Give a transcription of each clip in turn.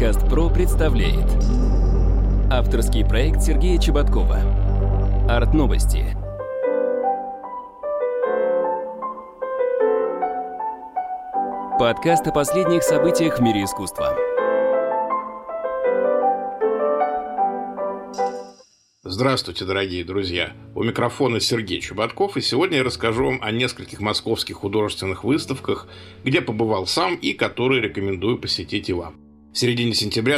Подкаст «Про» представляет авторский проект Сергея Чеботкова «Арт-новости». Подкаст о последних событиях в мире искусства. Здравствуйте, дорогие друзья! У микрофона Сергей Чеботков, и сегодня я расскажу вам о нескольких московских художественных выставках, где побывал сам и которые рекомендую посетить и вам. В середине сентября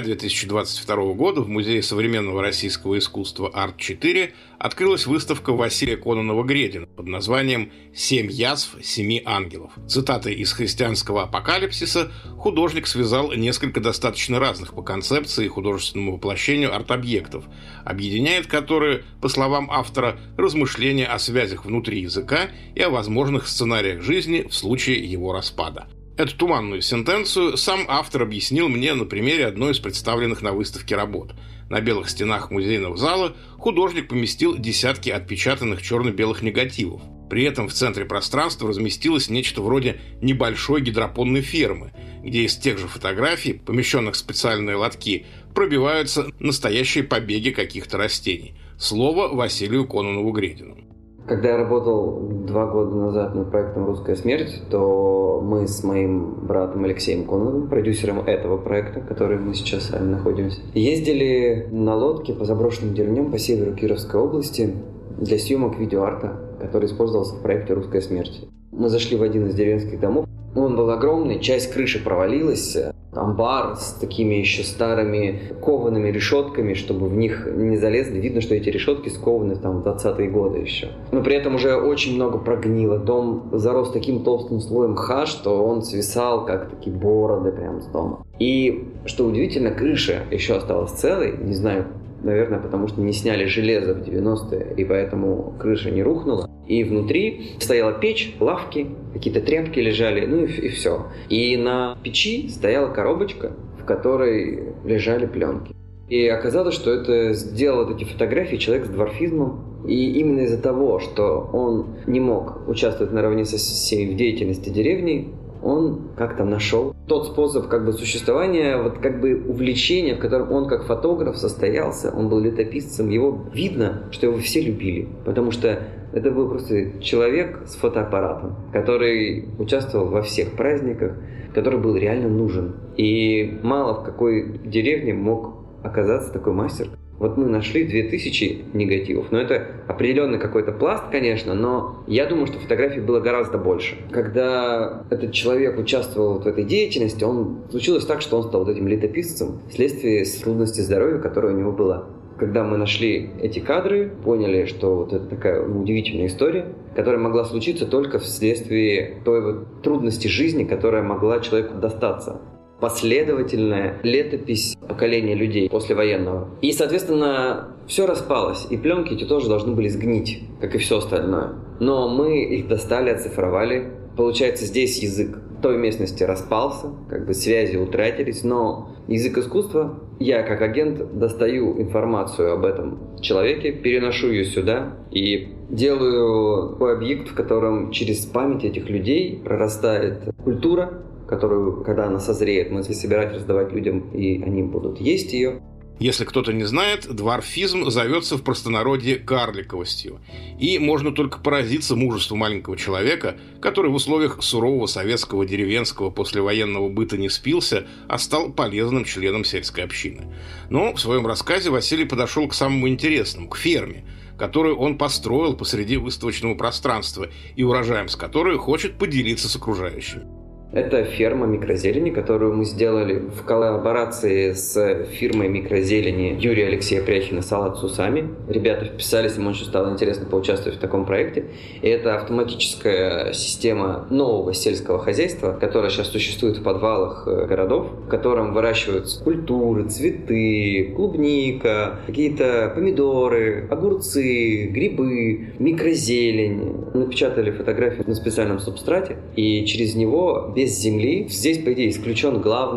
2022 года в Музее современного российского искусства «Арт-4» открылась выставка Василия Кононова-Гредина под названием «7 язв, 7 ангелов». Цитатой из христианского апокалипсиса художник связал несколько достаточно разных по концепции и художественному воплощению арт-объектов, объединяет которые, по словам автора, размышления о связях внутри языка и о возможных сценариях жизни в случае его распада. Эту туманную сентенцию сам автор объяснил мне на примере одной из представленных на выставке работ. На белых стенах музейного зала художник поместил десятки отпечатанных черно-белых негативов. При этом в центре пространства разместилось нечто вроде небольшой гидропонной фермы, где из тех же фотографий, помещенных в специальные лотки, пробиваются настоящие побеги каких-то растений. Слово Василию Кононову-Гредину. Когда я работал 2 года назад над проектом «Русская смерть», то мы с моим братом Алексеем Кононовым, продюсером этого проекта, в котором мы сейчас с вами находимся, ездили на лодке по заброшенным деревням по северу Кировской области для съемок видеоарта, который использовался в проекте «Русская смерть». Мы зашли в один из деревенских домов. Он был огромный, часть крыши провалилась, амбар с такими еще старыми коваными решетками, чтобы в них не залезли. Видно, что эти решетки скованы там в 20-е годы еще. Но при этом уже очень много прогнило. Дом зарос таким толстым слоем мха, что он свисал, как такие бороды прямо с дома. И, что удивительно, крыша еще осталась целой. Не знаю, наверное, потому что не сняли железо в 90-е, и поэтому крыша не рухнула. И внутри стояла печь, лавки, какие-то тряпки лежали, ну и все. И на печи стояла коробочка, в которой лежали пленки. И оказалось, что это сделал эти фотографии человек с дворфизмом. И именно из-за того, что он не мог участвовать наравне со всеми в деятельности деревни, он как-то нашел тот способ существования, увлечения, в котором он как фотограф состоялся, он был летописцем, его видно, что его все любили, потому что это был просто человек с фотоаппаратом, который участвовал во всех праздниках, который был реально нужен. И мало в какой деревне мог оказаться такой мастер. Вот мы нашли 2000 негативов, но это определенный какой-то пласт, конечно, но я думаю, что фотографий было гораздо больше. Когда этот человек участвовал в этой деятельности, случилось так, что он стал этим летописцем вследствие трудностей здоровья, которая у него была. Когда мы нашли эти кадры, поняли, что это такая удивительная история, которая могла случиться только вследствие той трудности жизни, которая могла человеку достаться. Последовательная летопись поколения людей послевоенного. И, соответственно, все распалось, и пленки эти тоже должны были сгнить, как и все остальное. Но мы их достали, оцифровали. Получается, здесь язык той местности распался, связи утратились, но язык искусства, я как агент достаю информацию об этом человеке, переношу ее сюда и делаю такой объект, в котором через память этих людей прорастает культура, которую, когда она созреет, мы собирать, раздавать людям, и они будут есть ее. Если кто-то не знает, дворфизм зовется в простонародье карликовостью. И можно только поразиться мужеству маленького человека, который в условиях сурового советского деревенского послевоенного быта не спился, а стал полезным членом сельской общины. Но в своем рассказе Василий подошел к самому интересному, к ферме, которую он построил посреди выставочного пространства и урожаем с которой хочет поделиться с окружающими. Это ферма микрозелени, которую мы сделали в коллаборации с фирмой микрозелени Юрия Алексея Пряхина «Салат с усами». Ребята вписались, им очень стало интересно поучаствовать в таком проекте. И это автоматическая система нового сельского хозяйства, которая сейчас существует в подвалах городов, в котором выращиваются культуры, цветы, клубника, какие-то помидоры, огурцы, грибы, микрозелень. Напечатали фотографии на специальном субстрате, и через него без земли. Здесь, по идее, исключен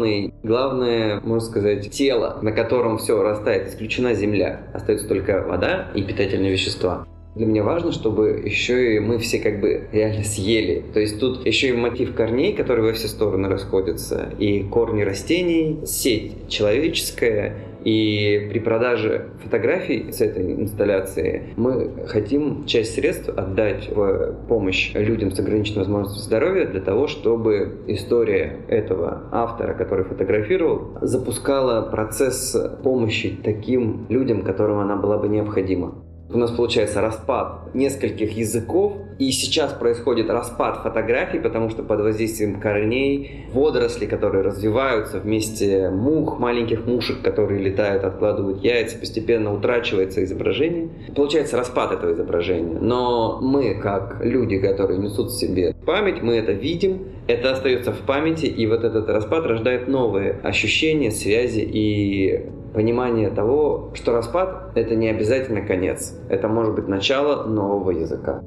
главное, можно сказать, тело, на котором все растает. Исключена земля. Остается только вода и питательные вещества. Для меня важно, чтобы еще и мы все как бы реально съели. То есть тут еще и мотив корней, который во все стороны расходится, и корни растений, сеть человеческая. И при продаже фотографий с этой инсталляции мы хотим часть средств отдать в помощь людям с ограниченной возможностью здоровья для того, чтобы история этого автора, который фотографировал, запускала процесс помощи таким людям, которым она была бы необходима. У нас получается распад нескольких языков, и сейчас происходит распад фотографий, потому что под воздействием корней, водорослей, которые развиваются вместе мух, маленьких мушек, которые летают, откладывают яйца, постепенно утрачивается изображение. Получается распад этого изображения. Но мы, как люди, которые несут в себе память, мы это видим, это остается в памяти, и вот этот распад рождает новые ощущения, связи и понимание того, что распад — это не обязательно конец. Это может быть начало нового языка.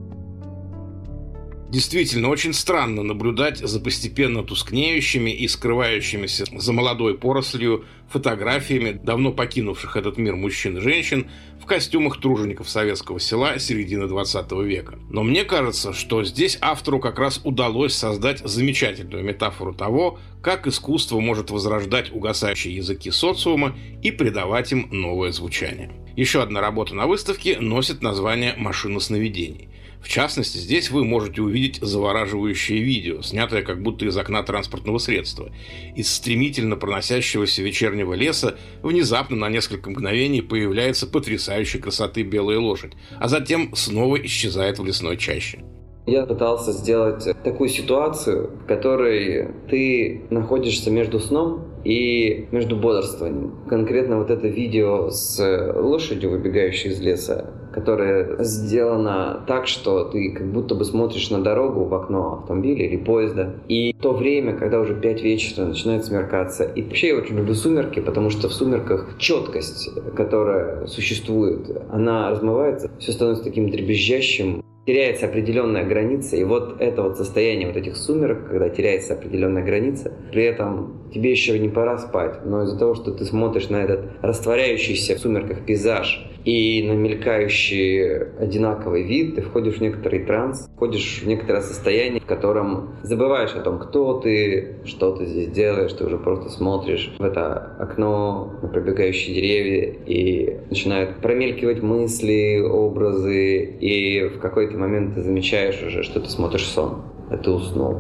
Действительно, очень странно наблюдать за постепенно тускнеющими и скрывающимися за молодой порослью фотографиями давно покинувших этот мир мужчин и женщин в костюмах тружеников советского села середины 20 века. Но мне кажется, что здесь автору как раз удалось создать замечательную метафору того, как искусство может возрождать угасающие языки социума и придавать им новое звучание. Еще одна работа на выставке носит название «Машина сновидений». В частности, здесь вы можете увидеть завораживающее видео, снятое как будто из окна транспортного средства. Из стремительно проносящегося вечернего леса внезапно на несколько мгновений появляется потрясающей красоты белая лошадь, а затем снова исчезает в лесной чаще. Я пытался сделать такую ситуацию, в которой ты находишься между сном и между бодрствованием. Конкретно вот это видео с лошадью, выбегающей из леса, которое сделано так, что ты как будто бы смотришь на дорогу в окно автомобиля или поезда. И то время, когда уже 5 вечера, начинает смеркаться. И вообще я очень люблю сумерки, потому что в сумерках четкость, которая существует, она размывается, все становится таким дребезжащим. Теряется определенная граница, и вот это вот состояние вот этих сумерок, когда теряется определенная граница, при этом тебе еще не пора спать, но из-за того, что ты смотришь на этот растворяющийся в сумерках пейзаж и на мелькающий одинаковый вид, ты входишь в некоторый транс, входишь в некоторое состояние, в котором забываешь о том, кто ты, что ты здесь делаешь, ты уже просто смотришь в это окно, на пробегающие деревья, и начинают промелькивать мысли, образы, и в какой-то момент ты замечаешь уже, что ты смотришь сон, а ты уснул.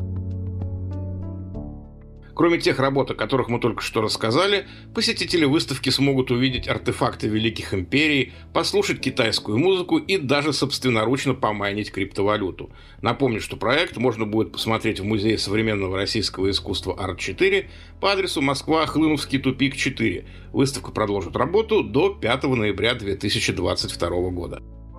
Кроме тех работ, о которых мы только что рассказали, посетители выставки смогут увидеть артефакты великих империй, послушать китайскую музыку и даже собственноручно помайнить криптовалюту. Напомню, что проект можно будет посмотреть в Музее современного российского искусства Арт-4 по адресу Москва, Хлыновский тупик 4. Выставка продолжит работу до 5 ноября 2022 года.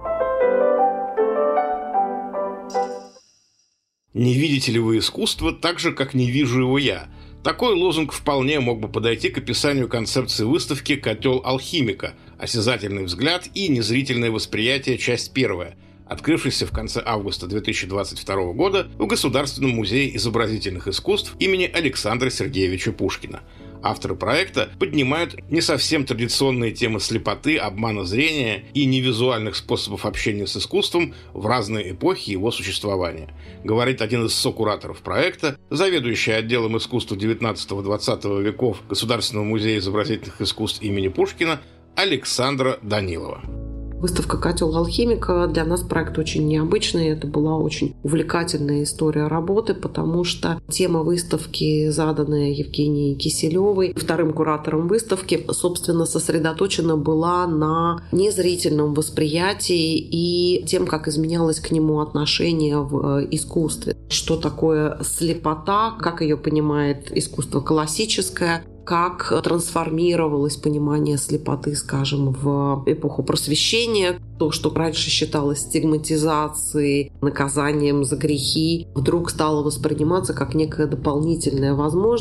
«Не видите ли вы искусство так же, как не вижу его я?» Такой лозунг вполне мог бы подойти к описанию концепции выставки «Котел алхимика. Осязательный взгляд и незрительное восприятие. Часть 1», открывшейся в конце августа 2022 года в Государственном музее изобразительных искусств имени Александра Сергеевича Пушкина. Авторы проекта поднимают не совсем традиционные темы слепоты, обмана зрения и невизуальных способов общения с искусством в разные эпохи его существования, говорит один из сокураторов проекта, заведующий отделом искусства 19-20 веков Государственного музея изобразительных искусств имени Пушкина Александра Данилова. Выставка «Котел алхимика» для нас проект очень необычный. Это была очень увлекательная история работы, потому что тема выставки, заданная Евгенией Киселевой, вторым куратором выставки, собственно, сосредоточена была на незрительном восприятии и тем, как изменялось к нему отношение в искусстве. Что такое слепота, как ее понимает искусство классическое, как трансформировалось понимание слепоты, скажем, в эпоху просвещения. То, что раньше считалось стигматизацией, наказанием за грехи, вдруг стало восприниматься как некая дополнительная возможность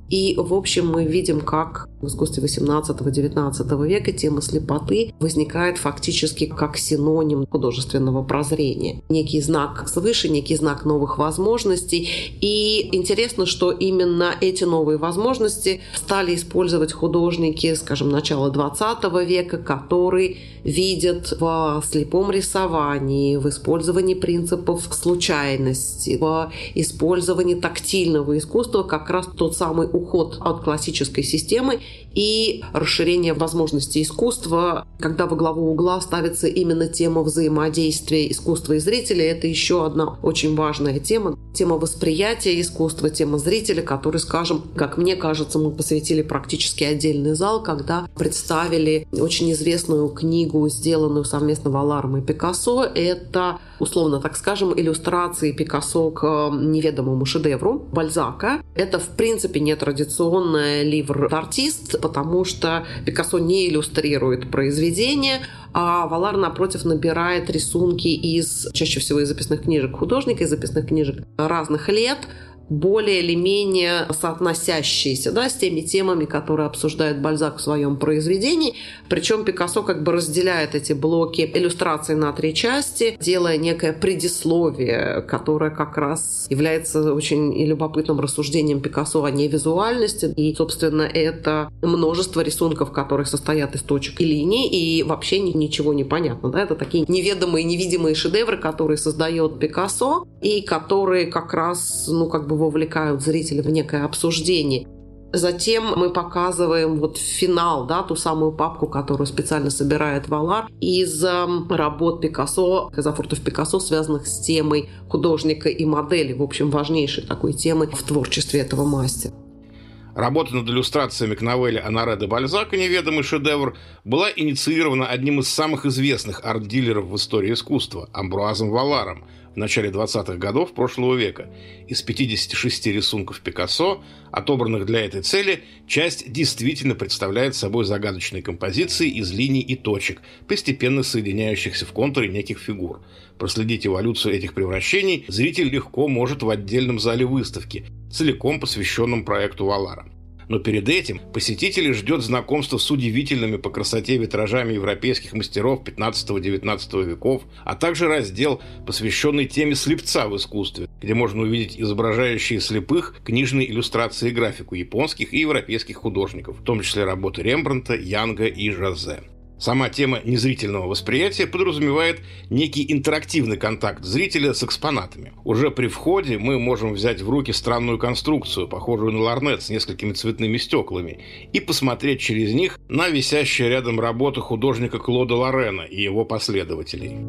И, в общем, мы видим, как в искусстве XVIII-XIX века тема слепоты возникает фактически как синоним художественного прозрения. Некий знак свыше, некий знак новых возможностей. И интересно, что именно эти новые возможности стали использовать художники, скажем, начала XX века, которые видят в слепом рисовании, в использовании принципов случайности, в использовании тактильного искусства как раз тот самый уход от классической системы и расширение возможностей искусства, когда во главу угла ставится именно тема взаимодействия искусства и зрителя. Это еще одна очень важная тема. Тема восприятия искусства, тема зрителя, который, скажем, как мне кажется, мы посвятили практически отдельный зал, когда представили очень известную книгу, сделанную совместно Валаром и Пикассо. Это, условно так скажем, иллюстрации Пикассо к неведомому шедевру Бальзака. Это, в принципе, нетрадиционный ливр-артист, потому что Пикассо не иллюстрирует произведение, а Валар, напротив, набирает рисунки чаще всего из записных книжек художника, из записных книжек разных лет, более или менее соотносящиеся, с теми темами, которые обсуждает Бальзак в своем произведении. Причем Пикассо как бы разделяет эти блоки иллюстраций на 3 части, делая некое предисловие, которое как раз является очень любопытным рассуждением Пикассо о невизуальности. И, собственно, это множество рисунков, которые состоят из точек и линий, и вообще ничего не понятно. Это такие неведомые, невидимые шедевры, которые создает Пикассо, и которые как раз, вовлекают зрителя в некое обсуждение. Затем мы показываем финал, ту самую папку, которую специально собирает Валар из работ Пикассо, из афортов Пикассо, связанных с темой художника и модели, в общем, важнейшей такой темы в творчестве этого мастера. Работа над иллюстрациями к новелле Оноре де Бальзака «Неведомый шедевр» была инициирована одним из самых известных арт-дилеров в истории искусства – Амбруазом Валаром в начале 20-х годов прошлого века. Из 56 рисунков Пикассо, отобранных для этой цели, часть действительно представляет собой загадочные композиции из линий и точек, постепенно соединяющихся в контуре неких фигур. Проследить эволюцию этих превращений зритель легко может в отдельном зале выставки, целиком посвященном проекту Валара. Но перед этим посетителей ждет знакомство с удивительными по красоте витражами европейских мастеров XV-XIX веков, а также раздел, посвященный теме слепца в искусстве, где можно увидеть изображающие слепых книжные иллюстрации и графику японских и европейских художников, в том числе работы Рембрандта, Янга и Жозе. Сама тема незрительного восприятия подразумевает некий интерактивный контакт зрителя с экспонатами. Уже при входе мы можем взять в руки странную конструкцию, похожую на лорнет с несколькими цветными стеклами, и посмотреть через них на висящие рядом работы художника Клода Лорена и его последователей.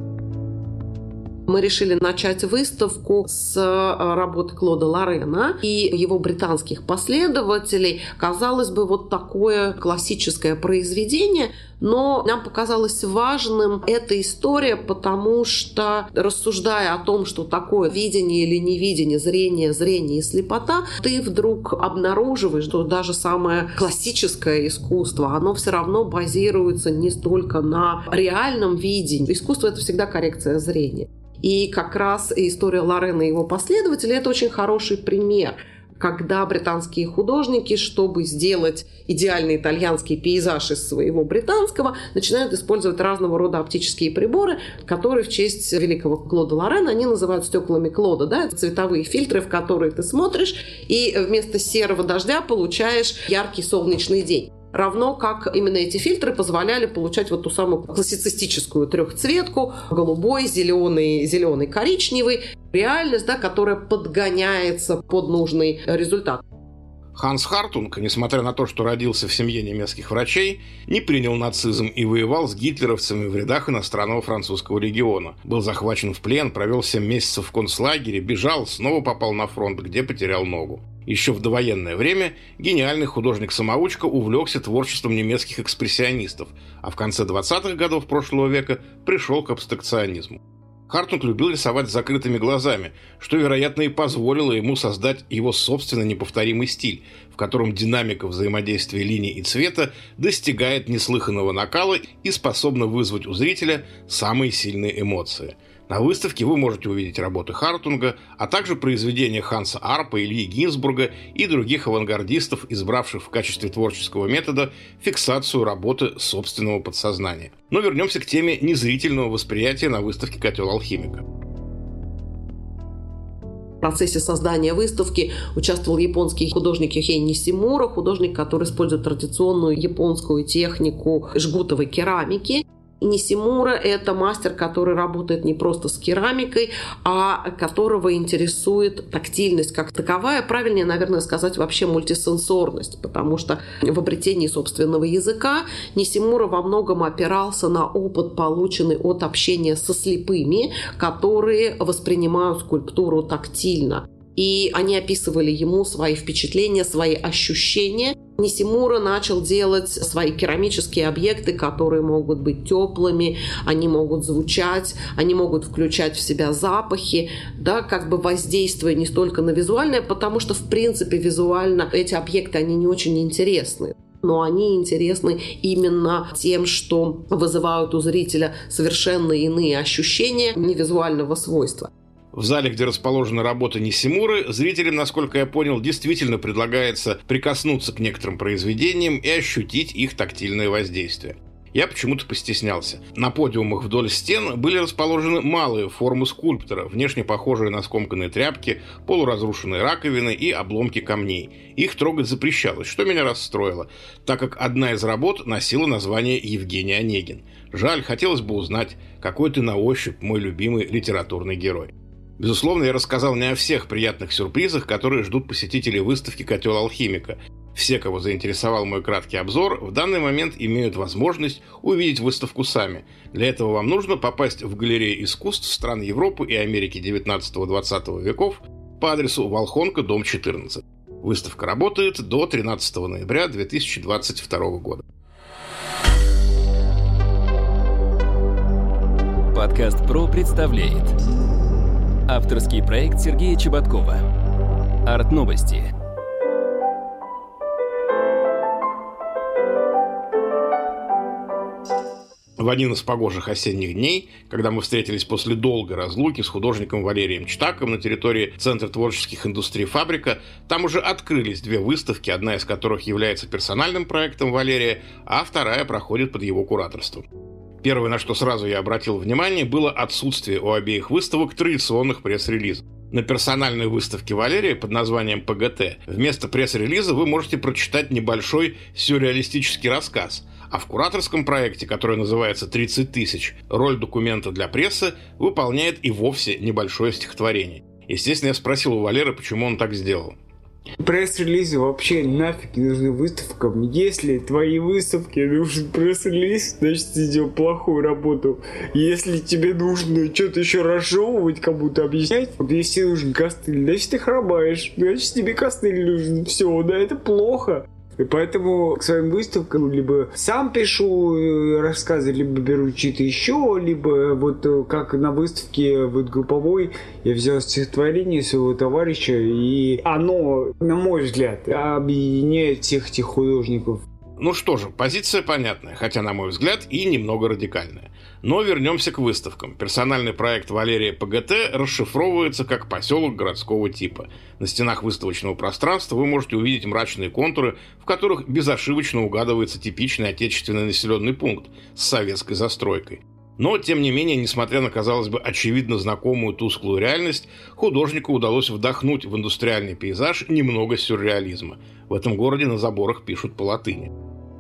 Мы решили начать выставку с работы Клода Лорена и его британских последователей. Казалось бы, такое классическое произведение, но нам показалось важным эта история, потому что, рассуждая о том, что такое видение или невидение, зрение и слепота, ты вдруг обнаруживаешь, что даже самое классическое искусство, оно все равно базируется не столько на реальном видении. Искусство — это всегда коррекция зрения. И как раз история Лорена и его последователей – это очень хороший пример, когда британские художники, чтобы сделать идеальный итальянский пейзаж из своего британского, начинают использовать разного рода оптические приборы, которые в честь великого Клода Лорена они называют стеклами Клода. Это цветовые фильтры, в которые ты смотришь, и вместо серого дождя получаешь яркий солнечный день. Равно как именно эти фильтры позволяли получать ту самую классицистическую трехцветку: голубой, зеленый, коричневый. Реальность, которая подгоняется под нужный результат. Ханс Хартунг, несмотря на то, что родился в семье немецких врачей, не принял нацизм и воевал с гитлеровцами в рядах иностранного французского легиона. Был захвачен в плен, провел 7 месяцев в концлагере, бежал, снова попал на фронт, где потерял ногу. Еще в довоенное время гениальный художник-самоучка увлекся творчеством немецких экспрессионистов, а в конце 20-х годов прошлого века пришел к абстракционизму. Хартунг любил рисовать с закрытыми глазами, что, вероятно, и позволило ему создать его собственный неповторимый стиль, в котором динамика взаимодействия линий и цвета достигает неслыханного накала и способна вызвать у зрителя самые сильные эмоции. На выставке вы можете увидеть работы Хартунга, а также произведения Ханса Арпа, Ильи Гинзбурга и других авангардистов, избравших в качестве творческого метода фиксацию работы собственного подсознания. Но вернемся к теме незрительного восприятия на выставке «Котел алхимика». В процессе создания выставки участвовал японский художник Юхей Нисимура, художник, который использует традиционную японскую технику жгутовой керамики. Нисимура – это мастер, который работает не просто с керамикой, а которого интересует тактильность как таковая. Правильнее, наверное, сказать вообще мультисенсорность, потому что в обретении собственного языка Нисимура во многом опирался на опыт, полученный от общения со слепыми, которые воспринимают скульптуру тактильно. И они описывали ему свои впечатления, свои ощущения. Нисимура начал делать свои керамические объекты, которые могут быть теплыми, они могут звучать, они могут включать в себя запахи, да, как бы воздействуя не столько на визуальное, потому что, в принципе, визуально эти объекты, они не очень интересны. Но они интересны именно тем, что вызывают у зрителя совершенно иные ощущения невизуального свойства. В зале, где расположена работа Нисимуры, зрителям, насколько я понял, действительно предлагается прикоснуться к некоторым произведениям и ощутить их тактильное воздействие. Я почему-то постеснялся. На подиумах вдоль стен были расположены малые формы скульптора, внешне похожие на скомканные тряпки, полуразрушенные раковины и обломки камней. Их трогать запрещалось, что меня расстроило, так как одна из работ носила название Евгений Онегин. Жаль, хотелось бы узнать, какой ты на ощупь мой любимый литературный герой. Безусловно, я рассказал не о всех приятных сюрпризах, которые ждут посетителей выставки «Котел алхимика». Все, кого заинтересовал мой краткий обзор, в данный момент имеют возможность увидеть выставку сами. Для этого вам нужно попасть в галерею искусств стран Европы и Америки 19-20 веков по адресу Волхонка, дом 14. Выставка работает до 13 ноября 2022 года. Подкаст «Про» представляет авторский проект Сергея Чеботкова. Арт-новости. В один из погожих осенних дней, когда мы встретились после долгой разлуки с художником Валерием Чтаком на территории Центра творческих индустрий «Фабрика», там уже открылись две выставки, одна из которых является персональным проектом Валерия, а вторая проходит под его кураторством. Первое, на что сразу я обратил внимание, было отсутствие у обеих выставок традиционных пресс-релизов. На персональной выставке Валерия под названием «ПГТ» вместо пресс-релиза вы можете прочитать небольшой сюрреалистический рассказ, а в кураторском проекте, который называется «30 тысяч», роль документа для прессы выполняет и вовсе небольшое стихотворение. Естественно, я спросил у Валеры, почему он так сделал. Пресс-релизы вообще нафиг не нужны выставкам. Если твоей выставке нужен пресс-релиз, значит ты сделал плохую работу. Если тебе нужно что-то еще разжевывать, кому-то объяснять, вот если тебе нужен костыль, значит ты хромаешь, значит тебе костыль нужен. Все, да, это плохо. И поэтому к своим выставкам либо сам пишу рассказы, либо беру чьи-то еще, либо вот как на выставке вот групповой я взял стихотворение своего товарища, и оно, на мой взгляд, объединяет всех этих художников. Ну что же, позиция понятная, хотя, на мой взгляд, и немного радикальная. Но вернемся к выставкам. Персональный проект Валерия ПГТ расшифровывается как поселок городского типа. На стенах выставочного пространства вы можете увидеть мрачные контуры, в которых безошибочно угадывается типичный отечественный населенный пункт с советской застройкой. Но, тем не менее, несмотря на, казалось бы, очевидно знакомую тусклую реальность, художнику удалось вдохнуть в индустриальный пейзаж немного сюрреализма. В этом городе на заборах пишут по латыни.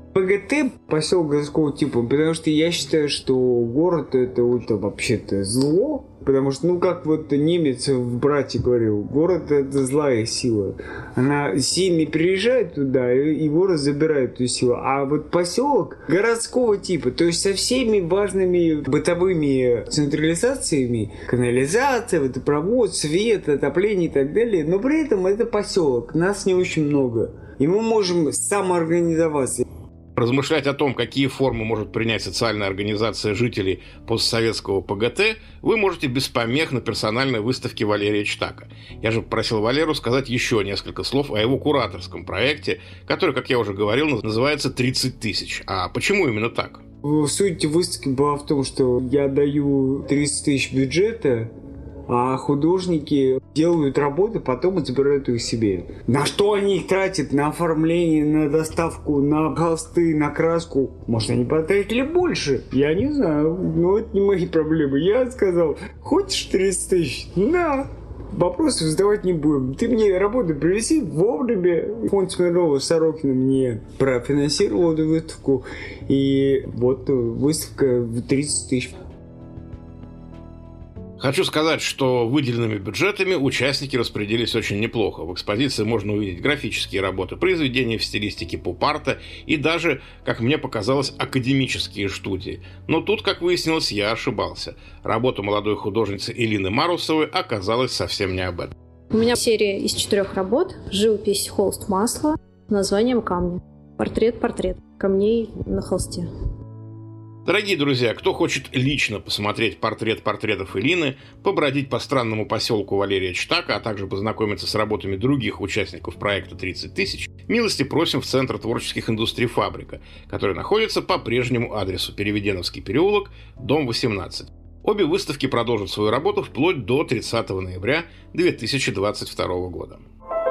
ПГТ – поселок городского типа, потому что я считаю, что город – это вообще-то зло. Потому что, как вот немец в «Брате» говорил, город – это злая сила. Она сильно приезжает туда, и его забирает эту силу. А вот поселок городского типа, то есть со всеми важными бытовыми централизациями, канализация, водопровод, свет, отопление и так далее, но при этом это поселок, нас не очень много. И мы можем самоорганизоваться. Размышлять о том, какие формы может принять социальная организация жителей постсоветского ПГТ, вы можете без помех на персональной выставке Валерия Чтака. Я же попросил Валеру сказать еще несколько слов о его кураторском проекте, который, как я уже говорил, называется «30 тысяч». А почему именно так? Суть выставки была в том, что я даю 30 тысяч бюджета, а художники делают работы, потом забирают их себе. На что они их тратят? На оформление, на доставку, на холсты, на краску? Может, они потратили больше? Я не знаю, но это не мои проблемы. Я сказал, хочешь 30 тысяч? На! Вопросов задавать не будем. Ты мне работу привези вовремя. Фонд Смирнова Сорокина мне профинансировал эту выставку. И вот выставка в 30 тысяч. Хочу сказать, что выделенными бюджетами участники распорядились очень неплохо. В экспозиции можно увидеть графические работы, произведения в стилистике поп-арта и даже, как мне показалось, академические студии. Но тут, как выяснилось, я ошибался. Работа молодой художницы Элины Марусовой оказалась совсем не об этом. У меня серия из 4 работ. Живопись, холст, масло. Названием «Камни». Портрет камней на холсте. Дорогие друзья, кто хочет лично посмотреть портрет портретов Элины, побродить по странному поселку Валерия Чтака, а также познакомиться с работами других участников проекта «30 тысяч», милости просим в Центр творческих индустрий «Фабрика», который находится по прежнему адресу Переведеновский переулок, дом 18. Обе выставки продолжат свою работу вплоть до 30 ноября 2022 года.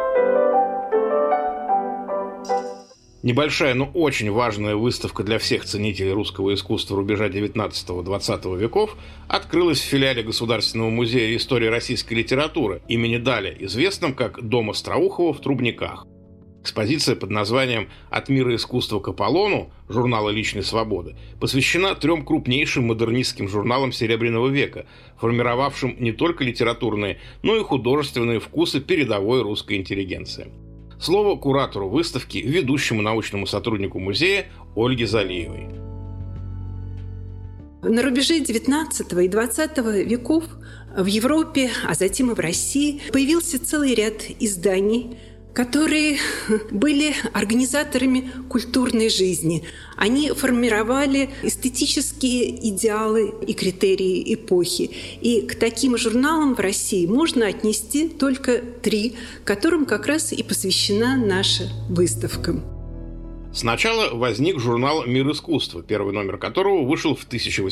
Небольшая, но очень важная выставка для всех ценителей русского искусства рубежа 19-20 веков открылась в филиале Государственного музея истории российской литературы имени Даля, известном как Дом Остроухова в Трубниках. Экспозиция под названием «От мира искусства к Аполлону» журнала «Личной свободы» посвящена 3 крупнейшим модернистским журналам Серебряного века, формировавшим не только литературные, но и художественные вкусы передовой русской интеллигенции. Слово куратору выставки, ведущему научному сотруднику музея Ольге Залиевой. На рубеже XIX и XX веков в Европе, а затем и в России появился целый ряд изданий, которые были организаторами культурной жизни. Они формировали эстетические идеалы и критерии эпохи. И к таким журналам в России можно отнести только 3, которым как раз и посвящена наша выставка. Сначала возник журнал «Мир искусства», первый номер которого вышел в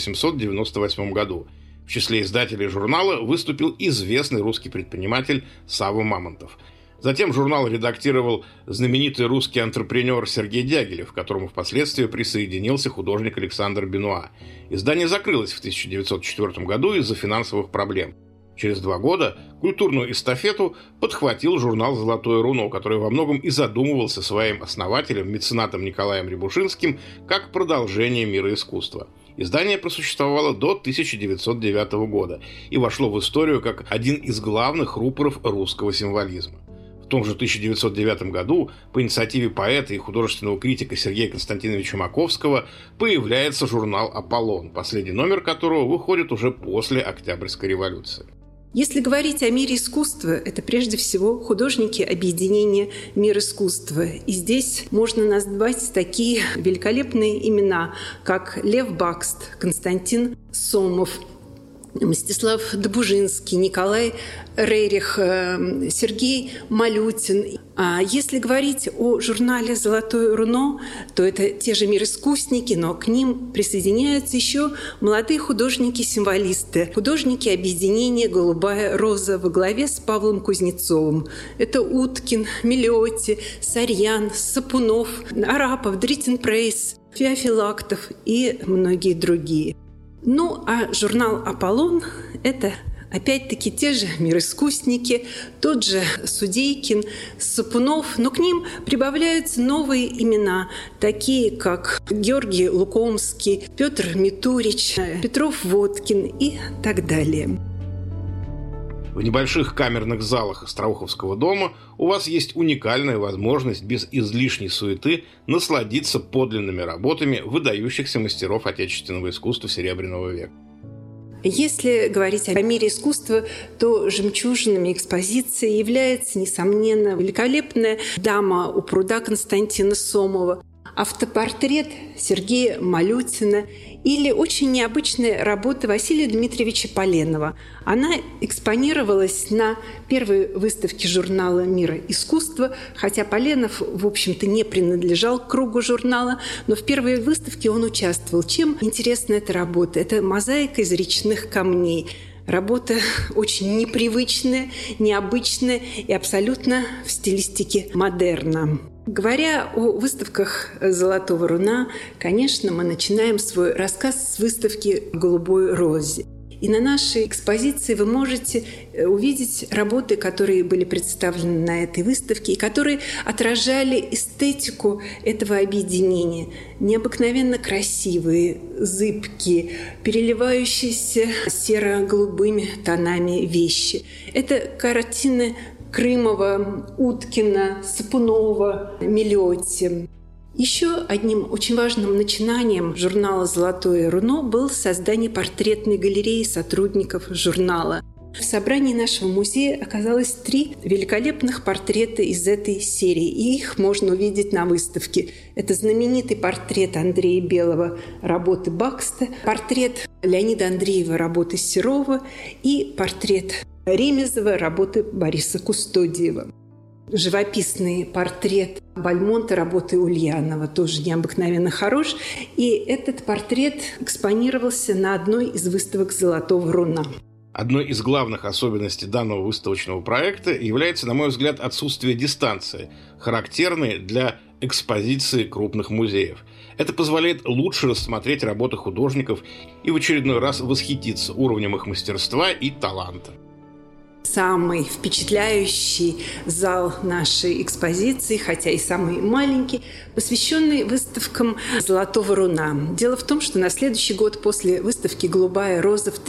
1898 году. В числе издателей журнала выступил известный русский предприниматель Савва Мамонтов. Затем журнал редактировал знаменитый русский антрепренер Сергей Дягилев, к которому впоследствии присоединился художник Александр Бенуа. Издание закрылось в 1904 году из-за финансовых проблем. Через 2 года культурную эстафету подхватил журнал «Золотое руно», который во многом и задумывался своим основателем, меценатом Николаем Рябушинским, как продолжение «Мира искусства». Издание просуществовало до 1909 года и вошло в историю как один из главных рупоров русского символизма. В том же 1909 году по инициативе поэта и художественного критика Сергея Константиновича Маковского появляется журнал «Аполлон», последний номер которого выходит уже после Октябрьской революции. Если говорить о мире искусства, это прежде всего художники объединения «Мир искусства». И здесь можно назвать такие великолепные имена, как Лев Бакст, Константин Сомов, Мстислав Добужинский, Николай Рерих, Сергей Малютин. А если говорить о журнале «Золотое руно», то это те же мироискусники, но к ним присоединяются еще молодые художники-символисты, художники объединения «Голубая роза» во главе с Павлом Кузнецовым. Это Уткин, Мелиотти, Сарьян, Сапунов, Арапов, Дритин-Прейс, Феофилактов и многие другие. Ну, а журнал «Аполлон» — это опять-таки те же мироискусники, тот же Судейкин, Сапунов, но к ним прибавляются новые имена, такие как Георгий Лукомский, Петр Митурич, Петров Водкин и так далее. В небольших камерных залах Остроуховского дома у вас есть уникальная возможность без излишней суеты насладиться подлинными работами выдающихся мастеров отечественного искусства Серебряного века. Если говорить о мире искусства, то жемчужинами экспозиции является, несомненно, великолепная «Дама у пруда» Константина Сомова, автопортрет Сергея Малютина или очень необычная работа Василия Дмитриевича Поленова. Она экспонировалась на первой выставке журнала «Мир искусства», хотя Поленов, в общем-то, не принадлежал к кругу журнала, но в первой выставке он участвовал. Чем интересна эта работа? Это мозаика из речных камней. Работа очень непривычная, необычная и абсолютно в стилистике модерна. Говоря о выставках «Золотого руна», конечно, мы начинаем свой рассказ с выставки в «Голубой розе». И на нашей экспозиции вы можете увидеть работы, которые были представлены на этой выставке и которые отражали эстетику этого объединения. Необыкновенно красивые, зыбкие, переливающиеся серо-голубыми тонами вещи. Это картины Крымова, Уткина, Сапунова, Милетти. Еще одним очень важным начинанием журнала «Золотое руно» было создание портретной галереи сотрудников журнала. В собрании нашего музея оказалось 3 великолепных портрета из этой серии, и их можно увидеть на выставке. Это знаменитый портрет Андрея Белого работы Бакста, портрет Леонида Андреева работы Серова и портрет Ремезова работы Бориса Кустодиева. Живописный портрет Бальмонта работы Ульянова тоже необыкновенно хорош. И этот портрет экспонировался на одной из выставок «Золотого руна». Одной из главных особенностей данного выставочного проекта является, на мой взгляд, отсутствие дистанции, характерной для экспозиции крупных музеев. Это позволяет лучше рассмотреть работы художников и в очередной раз восхититься уровнем их мастерства и таланта. Самый впечатляющий зал нашей экспозиции, хотя и самый маленький, посвященный выставкам «Золотого руна». Дело в том, что на следующий год после выставки «Голубая роза» в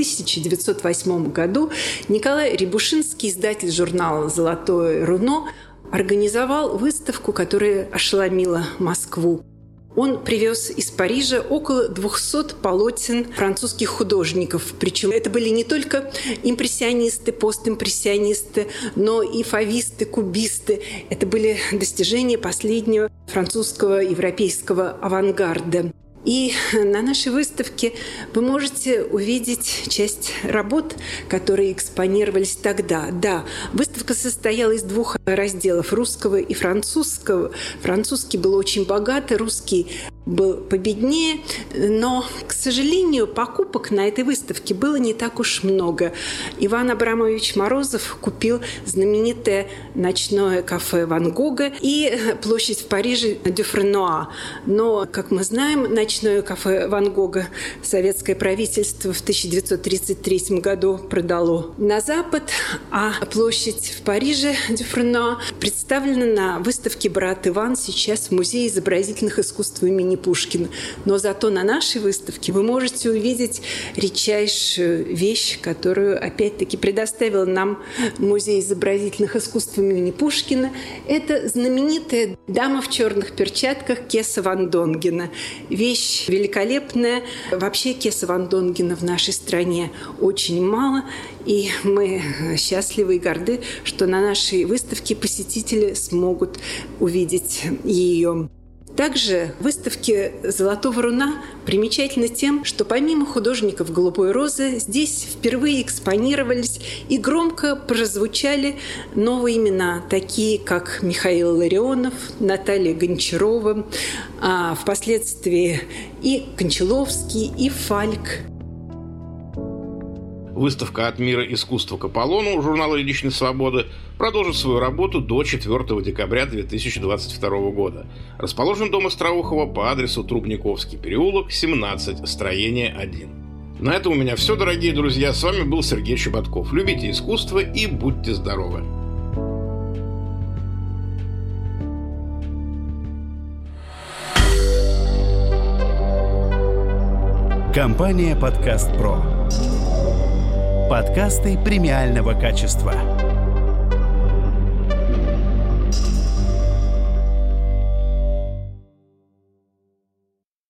1908 году Николай Рябушинский, издатель журнала «Золотое руно», организовал выставку, которая ошеломила Москву. Он привез из Парижа около 200 полотен французских художников. Причем это были не только импрессионисты, постимпрессионисты, но и фависты, кубисты. Это были достижения последнего французского европейского авангарда. И на нашей выставке вы можете увидеть часть работ, которые экспонировались тогда. Да, выставка состояла из 2 разделов – русского и французского. Французский был очень богатый, русский был победнее, но, к сожалению, покупок на этой выставке было не так уж много. Иван Абрамович Морозов купил знаменитое ночное кафе Ван Гога и площадь в Париже Дюфренуа. Но, как мы знаем, ночное кафе Ван Гога советское правительство в 1933 году продало на Запад, а площадь в Париже Дюфренуа представлена на выставке «Брат Иван» сейчас в Музее изобразительных искусств имени Пушкина. Но зато на нашей выставке вы можете увидеть редчайшую вещь, которую, опять-таки, предоставил нам Музей изобразительных искусств имени Пушкина. Это знаменитая дама в черных перчатках Кеса ван Донгена. Вещь великолепная. Вообще Кеса ван Донгена в нашей стране очень мало, и мы счастливы и горды, что на нашей выставке посетители смогут увидеть ее. Также выставки «Золотого руна» примечательны тем, что помимо художников «Голубой розы» здесь впервые экспонировались и громко прозвучали новые имена, такие как Михаил Ларионов, Наталья Гончарова, а впоследствии и Кончаловский, и Фальк. Выставка «От мира искусства к Аполлону» журнала «Личной свободы» продолжит свою работу до 4 декабря 2022 года. Расположен дом Остроухова по адресу Трубниковский переулок, 17, строение 1. На этом у меня все, дорогие друзья. С вами был Сергей Чеботков. Любите искусство и будьте здоровы! Компания «Подкаст Про». Подкасты премиального качества.